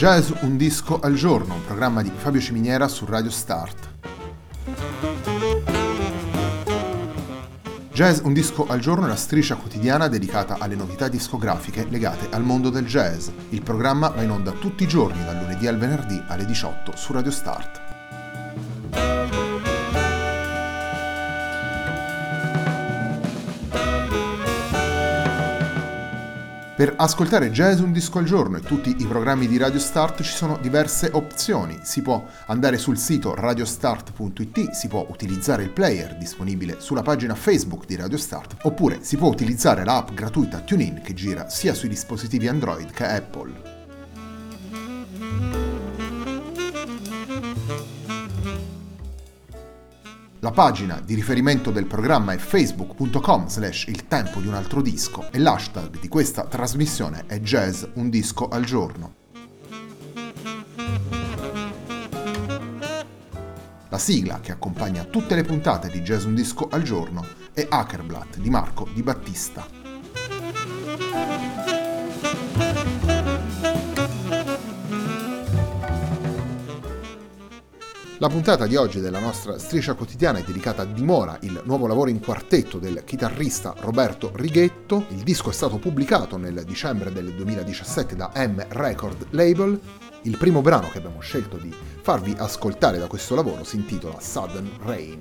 Jazz un disco al giorno, un programma di Fabio Ciminiera su Radio Start. Jazz un disco al giorno è la striscia quotidiana dedicata alle novità discografiche legate al mondo del jazz. Il programma va in onda tutti i giorni, dal lunedì al venerdì alle 18 su Radio Start. Per ascoltare Jazz un disco al giorno e tutti i programmi di Radio Start ci sono diverse opzioni. Si può andare sul sito radiostart.it, si può utilizzare il player disponibile sulla pagina Facebook di Radio Start, oppure si può utilizzare l'app gratuita TuneIn che gira sia sui dispositivi Android che Apple. La pagina di riferimento del programma è facebook.com/il tempo di un altro disco e l'hashtag di questa trasmissione è Jazz un disco al giorno. La sigla che accompagna tutte le puntate di Jazz un disco al giorno è Hackerblatt di Marco Di Battista. La puntata di oggi della nostra striscia quotidiana è dedicata a Dimora, il nuovo lavoro in quartetto del chitarrista Roberto Righetto. Il disco è stato pubblicato nel dicembre del 2017 da M Record Label. Il primo brano che abbiamo scelto di farvi ascoltare da questo lavoro si intitola Sudden Rain.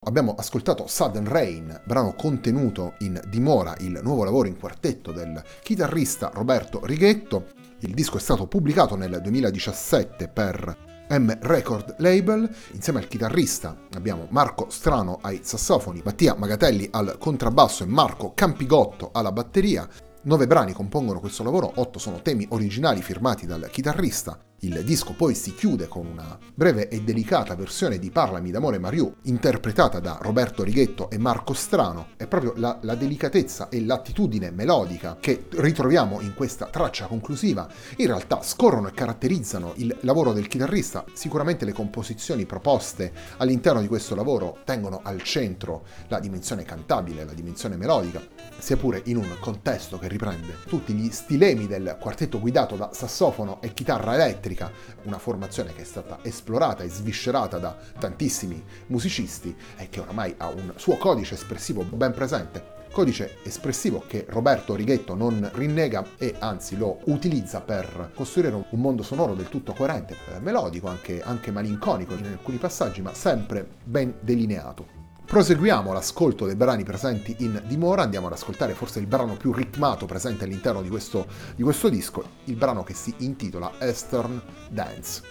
Abbiamo ascoltato Sudden Rain, brano contenuto in Dimora, il nuovo lavoro in quartetto del chitarrista Roberto Righetto. Il disco è stato pubblicato nel 2017 per M Record Label. Insieme al chitarrista abbiamo Marco Strano ai sassofoni, Mattia Magatelli al contrabbasso e Marco Campigotto alla batteria. 9 brani compongono questo lavoro, 8 sono temi originali firmati dal chitarrista. Il disco poi si chiude con una breve e delicata versione di Parlami d'amore Mariù, interpretata da Roberto Righetto e Marco Strano. È proprio la delicatezza e l'attitudine melodica che ritroviamo in questa traccia conclusiva. In realtà scorrono e caratterizzano il lavoro del chitarrista. Sicuramente le composizioni proposte all'interno di questo lavoro tengono al centro la dimensione cantabile, la dimensione melodica, sia pure in un contesto che riprende tutti gli stilemi del quartetto guidato da sassofono e chitarra elettrica, una formazione che è stata esplorata e sviscerata da tantissimi musicisti e che oramai ha un suo codice espressivo ben presente. Codice espressivo che Roberto Righetto non rinnega e anzi lo utilizza per costruire un mondo sonoro del tutto coerente, melodico, anche malinconico in alcuni passaggi, ma sempre ben delineato. Proseguiamo l'ascolto dei brani presenti in Dimora, andiamo ad ascoltare forse il brano più ritmato presente all'interno di questo disco, il brano che si intitola Eastern Dance.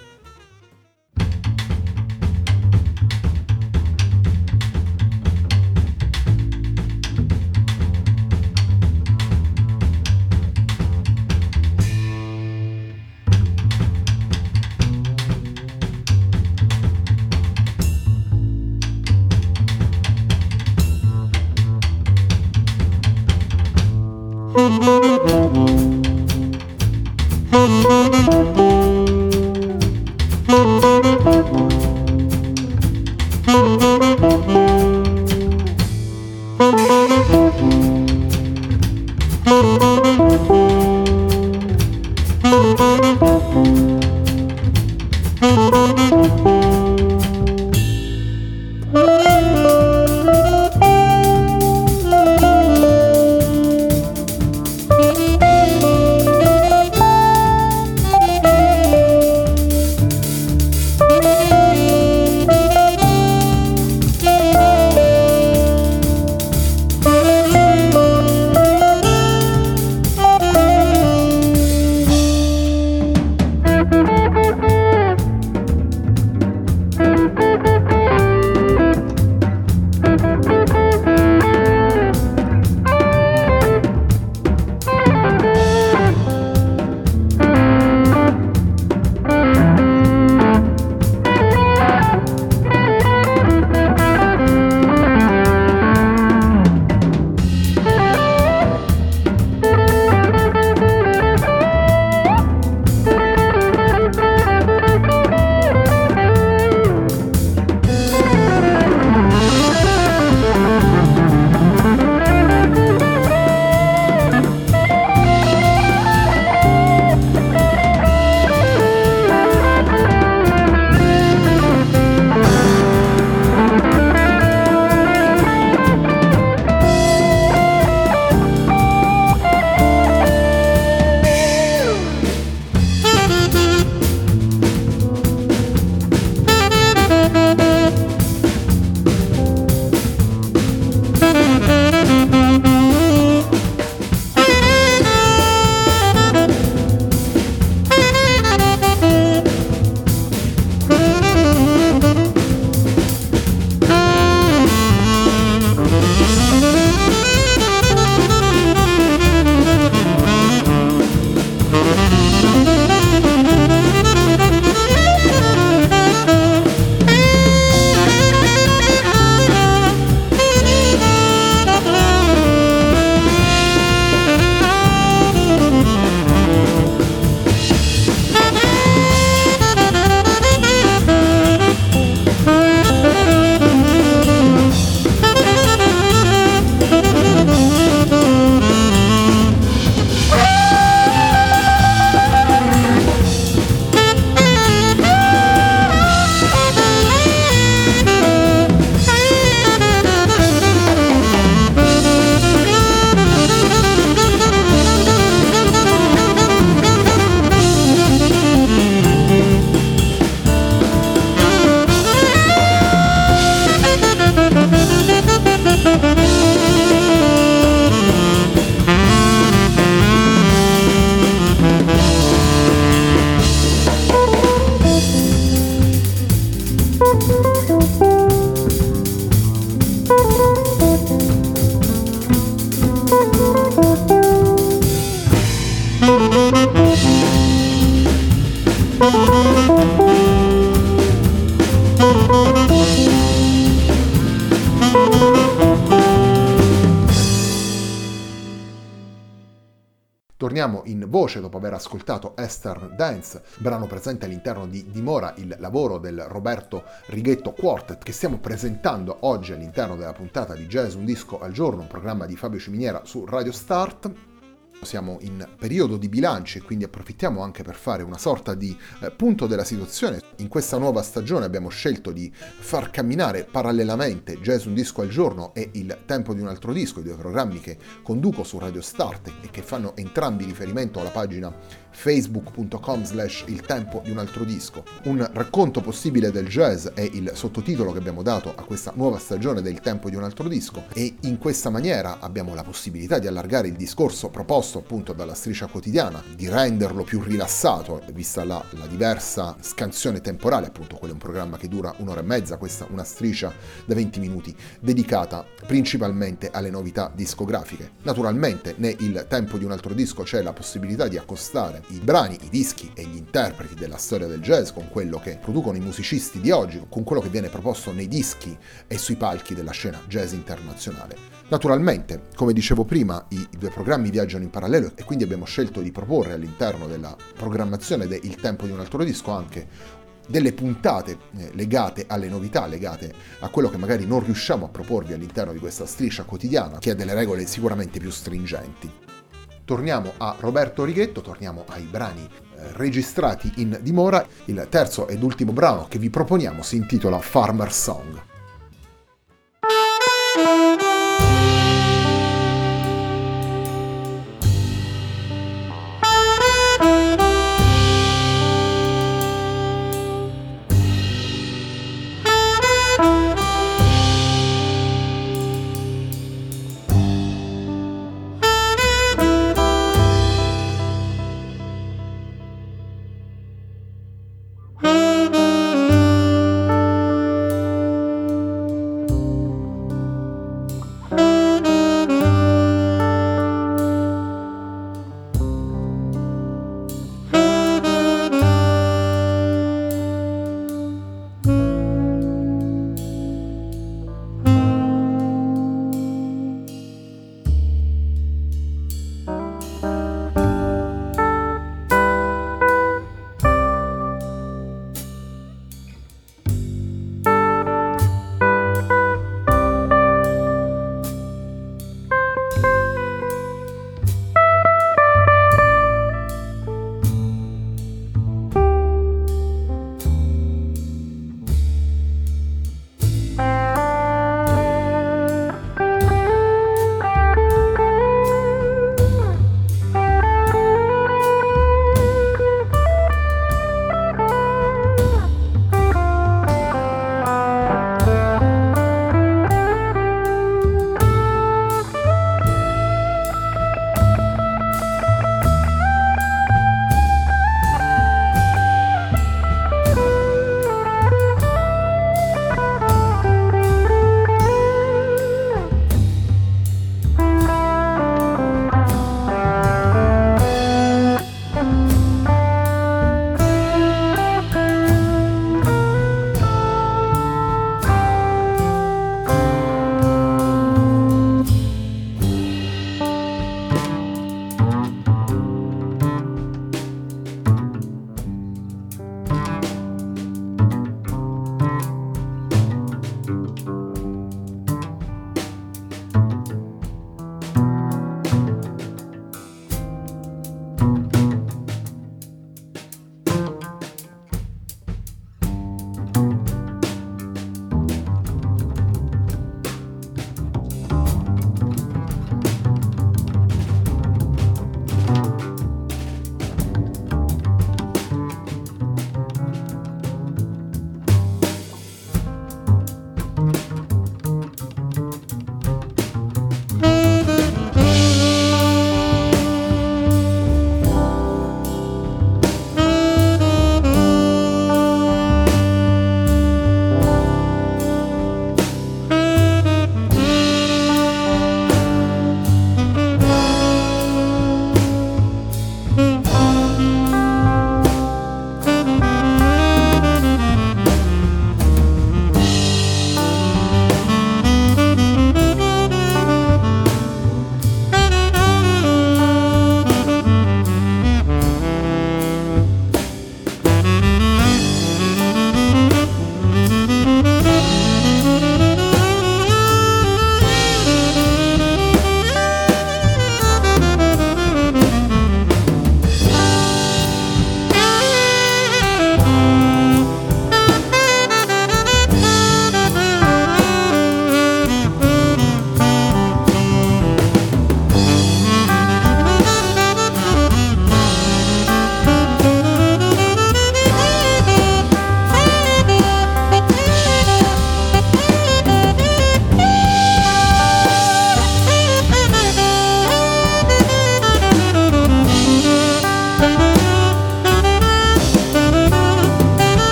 Torniamo in voce dopo aver ascoltato Eastern Dance, brano presente all'interno di Dimora, il lavoro del Roberto Righetto Quartet che stiamo presentando oggi all'interno della puntata di Jazz Un Disco al Giorno, un programma di Fabio Ciminiera su Radio Start. Siamo in periodo di bilanci e quindi approfittiamo anche per fare una sorta di punto della situazione. In questa nuova stagione abbiamo scelto di far camminare parallelamente Jazz Un Disco al Giorno e Il Tempo di un Altro Disco, i due programmi che conduco su Radio Start e che fanno entrambi riferimento alla pagina facebook.com/Il Tempo di un Altro Disco. Un racconto possibile del jazz è il sottotitolo che abbiamo dato a questa nuova stagione del Tempo di un Altro Disco e in questa maniera abbiamo la possibilità di allargare il discorso proposto appunto dalla Striscia Quotidiana, di renderlo più rilassato vista la diversa scansione temporale. Appunto quello è un programma che dura 1 ora e mezza, questa una striscia da 20 minuti dedicata principalmente alle novità discografiche. Naturalmente Il Tempo di un Altro Disco c'è la possibilità di accostare i brani, i dischi e gli interpreti della storia del jazz con quello che producono i musicisti di oggi, con quello che viene proposto nei dischi e sui palchi della scena jazz internazionale. Naturalmente, come dicevo prima, i due programmi viaggiano in parallelo e quindi abbiamo scelto di proporre all'interno della programmazione del Tempo di un Altro Disco anche delle puntate legate alle novità, legate a quello che magari non riusciamo a proporvi all'interno di questa striscia quotidiana, che ha delle regole sicuramente più stringenti. Torniamo a Roberto Righetto, torniamo ai brani registrati in Dimora. Il terzo ed ultimo brano che vi proponiamo si intitola Farmer Song.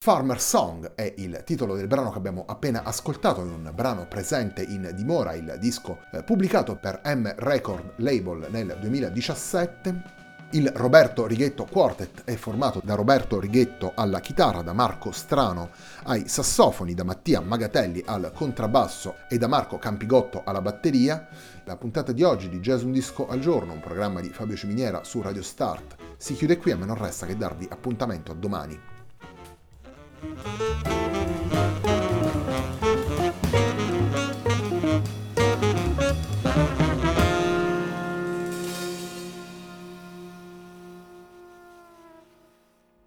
Farmer Song è il titolo del brano che abbiamo appena ascoltato, in un brano presente in Dimora, il disco pubblicato per M Record Label nel 2017. Il Roberto Righetto Quartet è formato da Roberto Righetto alla chitarra, da Marco Strano ai sassofoni, da Mattia Magatelli al contrabbasso e da Marco Campigotto alla batteria. La puntata di oggi di Jazz Un Disco al Giorno, un programma di Fabio Ciminiera su Radio Start, si chiude qui. A me non resta che darvi appuntamento a domani.